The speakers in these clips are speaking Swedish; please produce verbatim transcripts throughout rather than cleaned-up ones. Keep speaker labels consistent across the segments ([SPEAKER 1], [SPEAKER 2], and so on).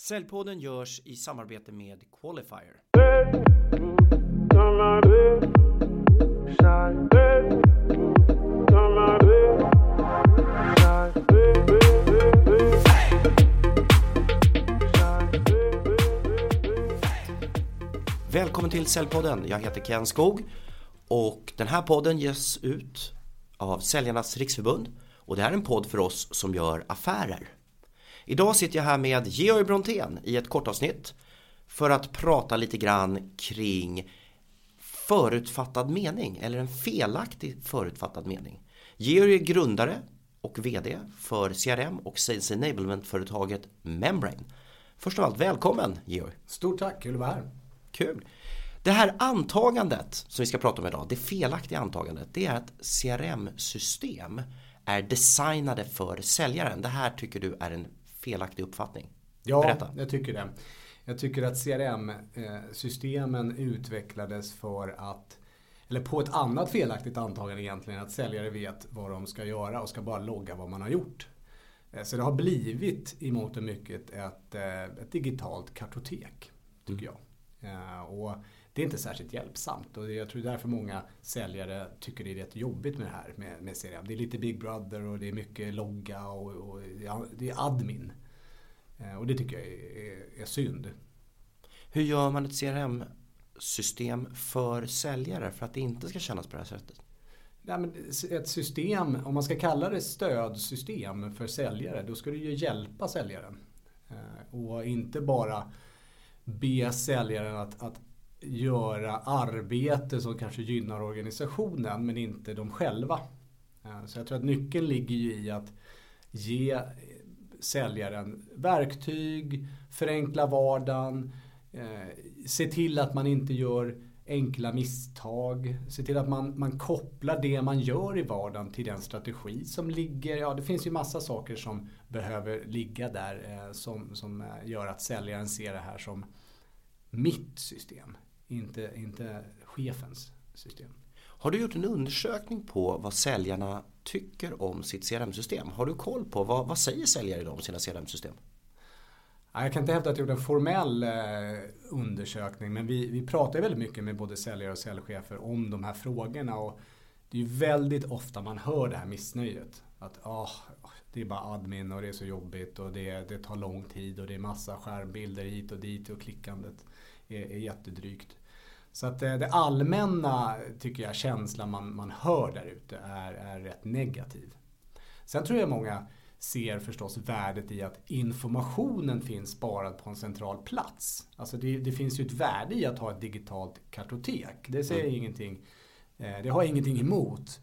[SPEAKER 1] Säljpodden görs i samarbete med Qualifier. Välkommen till Säljpodden. Jag heter Ken Skog och den här podden ges ut av Säljarnas Riksförbund och det här är en podd för oss som gör affärer. Idag sitter jag här med Georg Brontén i ett kortavsnitt för att prata lite grann kring förutfattad mening eller en felaktig förutfattad mening. Georg är grundare och vd för C R M och Sales Enablement-företaget Membrane. Först av allt, välkommen Georg.
[SPEAKER 2] Stort tack, kul att vara här.
[SPEAKER 1] Kul. Det här antagandet som vi ska prata om idag, det felaktiga antagandet, det är att C R M-system är designade för säljaren. Det här tycker du är en felaktig uppfattning.
[SPEAKER 2] Ja,
[SPEAKER 1] Berätta.
[SPEAKER 2] Jag tycker det. Jag tycker att C R M-systemen utvecklades för att, eller på ett annat felaktigt antagande egentligen, att säljare vet vad de ska göra och ska bara logga vad man har gjort. Så det har blivit i mångt och mycket ett, ett digitalt kartotek, tycker jag. Och det är inte särskilt hjälpsamt och jag tror därför många säljare tycker det är rätt jobbigt med det här med, med C R M. Det är lite Big Brother och det är mycket logga och, och det är admin. Och det tycker jag är, är synd.
[SPEAKER 1] Hur gör man ett C R M-system för säljare för att det inte ska kännas på det här sättet?
[SPEAKER 2] Nej, men ett system, om man ska kalla det stödsystem för säljare, då ska det ju hjälpa säljaren. Och inte bara be säljaren att, att göra arbete som kanske gynnar organisationen men inte de själva. Så jag tror att nyckeln ligger i att ge säljaren verktyg, förenkla vardagen, se till att man inte gör enkla misstag, se till att man, man kopplar det man gör i vardagen till den strategi som ligger. Ja, det finns ju massa saker som behöver ligga där eh, som, som gör att säljaren ser det här som mitt system, inte, inte chefens system.
[SPEAKER 1] Har du gjort en undersökning på vad säljarna tycker om sitt C R M-system? Har du koll på vad, vad säger säljare idag om sina C R M-system?
[SPEAKER 2] Jag kan inte hävda att jag gjort en formell eh, undersökning, men vi, vi pratar väldigt mycket med både säljare och säljchefer om de här frågorna och det är ju väldigt ofta man hör det här missnöjet. Att oh, det är bara admin och det är så jobbigt och det, det tar lång tid och det är massa skärmbilder hit och dit och klickandet är, är jättedrygt. Så att eh, det allmänna, tycker jag, känslan man, man hör där ute är, är rätt negativ. Sen tror jag många ser förstås värdet i att informationen finns sparad på en central plats. Alltså det, det finns ju ett värde i att ha ett digitalt kartotek. Det säger mm. ingenting. Det har jag ingenting emot.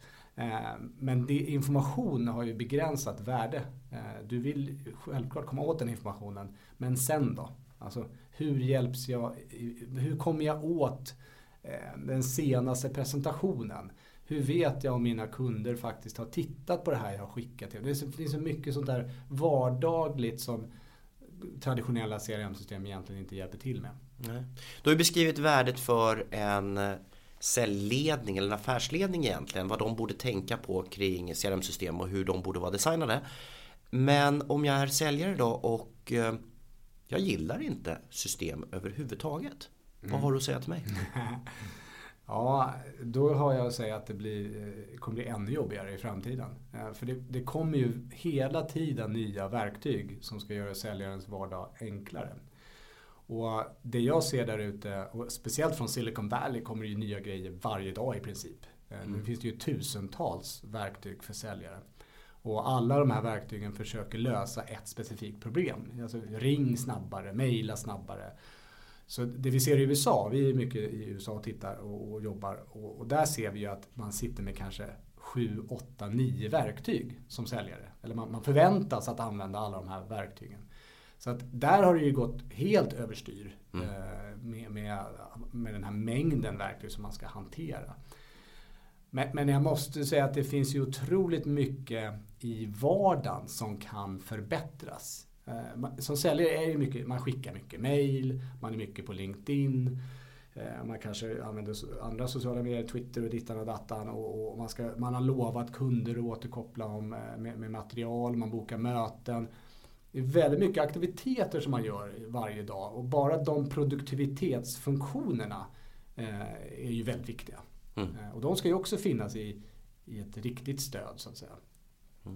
[SPEAKER 2] Men det, information har ju begränsat värde. Du vill självklart komma åt den informationen. Men sen då? Alltså hur hjälps jag? Hur kommer jag åt den senaste presentationen? Hur vet jag om mina kunder faktiskt har tittat på det här jag har skickat till? Det finns så mycket sånt där vardagligt som traditionella C R M-system egentligen inte hjälper till med.
[SPEAKER 1] Nej. Du har ju beskrivit värdet för en säljledning eller en affärsledning egentligen. Vad de borde tänka på kring C R M-system och hur de borde vara designade. Men om jag är säljare då och jag gillar inte system överhuvudtaget. Mm. Vad har du att säga till mig?
[SPEAKER 2] Ja, då har jag att säga att det blir, kommer bli ännu jobbigare i framtiden. För det, det kommer ju hela tiden nya verktyg som ska göra säljarens vardag enklare. Och det jag ser där ute, och speciellt från Silicon Valley, kommer det ju nya grejer varje dag i princip. Mm. Nu finns det ju tusentals verktyg för säljare. Och alla de här verktygen försöker lösa ett specifikt problem. Alltså ring snabbare, mejla snabbare. Så det vi ser i U S A, vi är mycket i U S A och tittar och, och jobbar och, och där ser vi ju att man sitter med kanske sju, åtta, nio verktyg som säljare. Eller man, man förväntas att använda alla de här verktygen. Så att där har det ju gått helt överstyr mm. eh, med, med, med den här mängden verktyg som man ska hantera. Men, men jag måste säga att det finns ju otroligt mycket i vardagen som kan förbättras. Som säljare är det mycket, man skickar mycket mejl, man är mycket på LinkedIn, man kanske använder andra sociala medier, Twitter och dittan och datan och, och man, ska, man har lovat kunder att återkoppla om, med, med material, man bokar möten. det är väldigt mycket aktiviteter som man gör varje dag och bara de produktivitetsfunktionerna eh, är ju väldigt viktiga. Mm. Eh, och de ska ju också finnas i, i ett riktigt stöd så att säga.
[SPEAKER 1] Mm.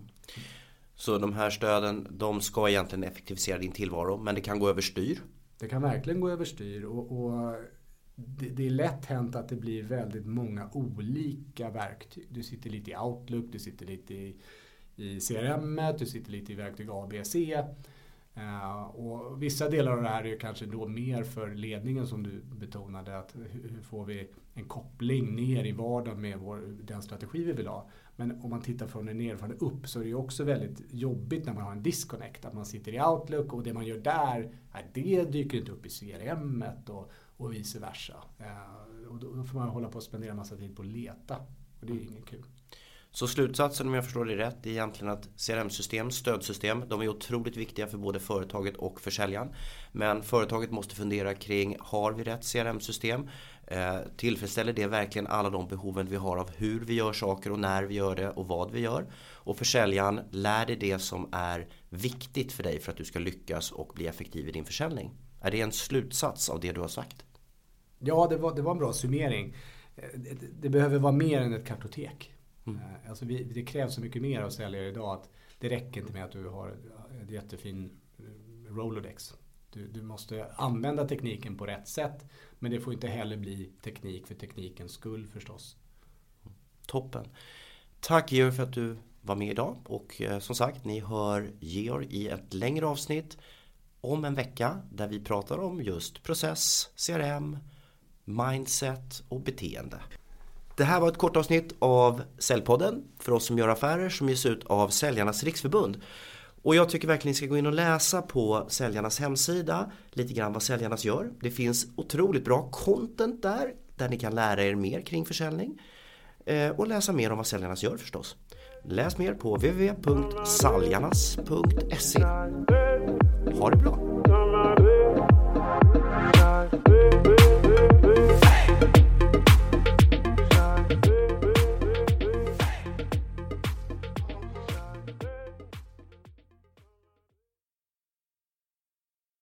[SPEAKER 1] Så de här stöden, de ska egentligen effektivisera din tillvaro, men det kan gå överstyr?
[SPEAKER 2] Det kan verkligen gå överstyr och, och det, det är lätt hänt att det blir väldigt många olika verktyg. Du sitter lite i Outlook, du sitter lite i, i C R M, du sitter lite i verktyg A, B, C. Uh, och vissa delar av det här är kanske då mer för ledningen som du betonade, att hur, hur får vi en koppling ner i vardagen med vår, den strategi vi vill ha. Men om man tittar från en nerifrån upp så är det ju också väldigt jobbigt när man har en disconnect, att man sitter i Outlook och det man gör där, det dyker inte upp i C R M och, och vice versa. Uh, och då, då får man hålla på och spendera en massa tid på att leta och det är ingen kul.
[SPEAKER 1] Så slutsatsen, om jag förstår det rätt, är egentligen att C R M-system, stödsystem, de är otroligt viktiga för både företaget och försäljaren. Men företaget måste fundera kring, har vi rätt C R M-system? Eh, tillfredsställer det verkligen alla de behoven vi har av hur vi gör saker och när vi gör det och vad vi gör? Och försäljaren, lär dig det som är viktigt för dig för att du ska lyckas och bli effektiv i din försäljning. Är det en slutsats av det du har sagt?
[SPEAKER 2] Ja, det var, det var en bra summering. Det, det behöver vara mer än ett kartotek. Mm. Alltså vi, det krävs så mycket mer av säljare idag att det räcker inte med att du har ett jättefin Rolodex. Du, du måste använda tekniken på rätt sätt, men det får inte heller bli teknik för teknikens skull förstås.
[SPEAKER 1] Toppen. Tack Georg för att du var med idag och eh, som sagt, ni hör Georg i ett längre avsnitt om en vecka där vi pratar om just process, C R M, mindset och beteende. Det här var ett kort avsnitt av Säljpodden för oss som gör affärer som ges ut av Säljarnas riksförbund. Och jag tycker verkligen ni ska gå in och läsa på Säljarnas hemsida lite grann vad Säljarnas gör. Det finns otroligt bra content där, där ni kan lära er mer kring försäljning. Eh, och läsa mer om vad Säljarnas gör förstås. Läs mer på w w w punkt saljarnas punkt se. Ha det bra!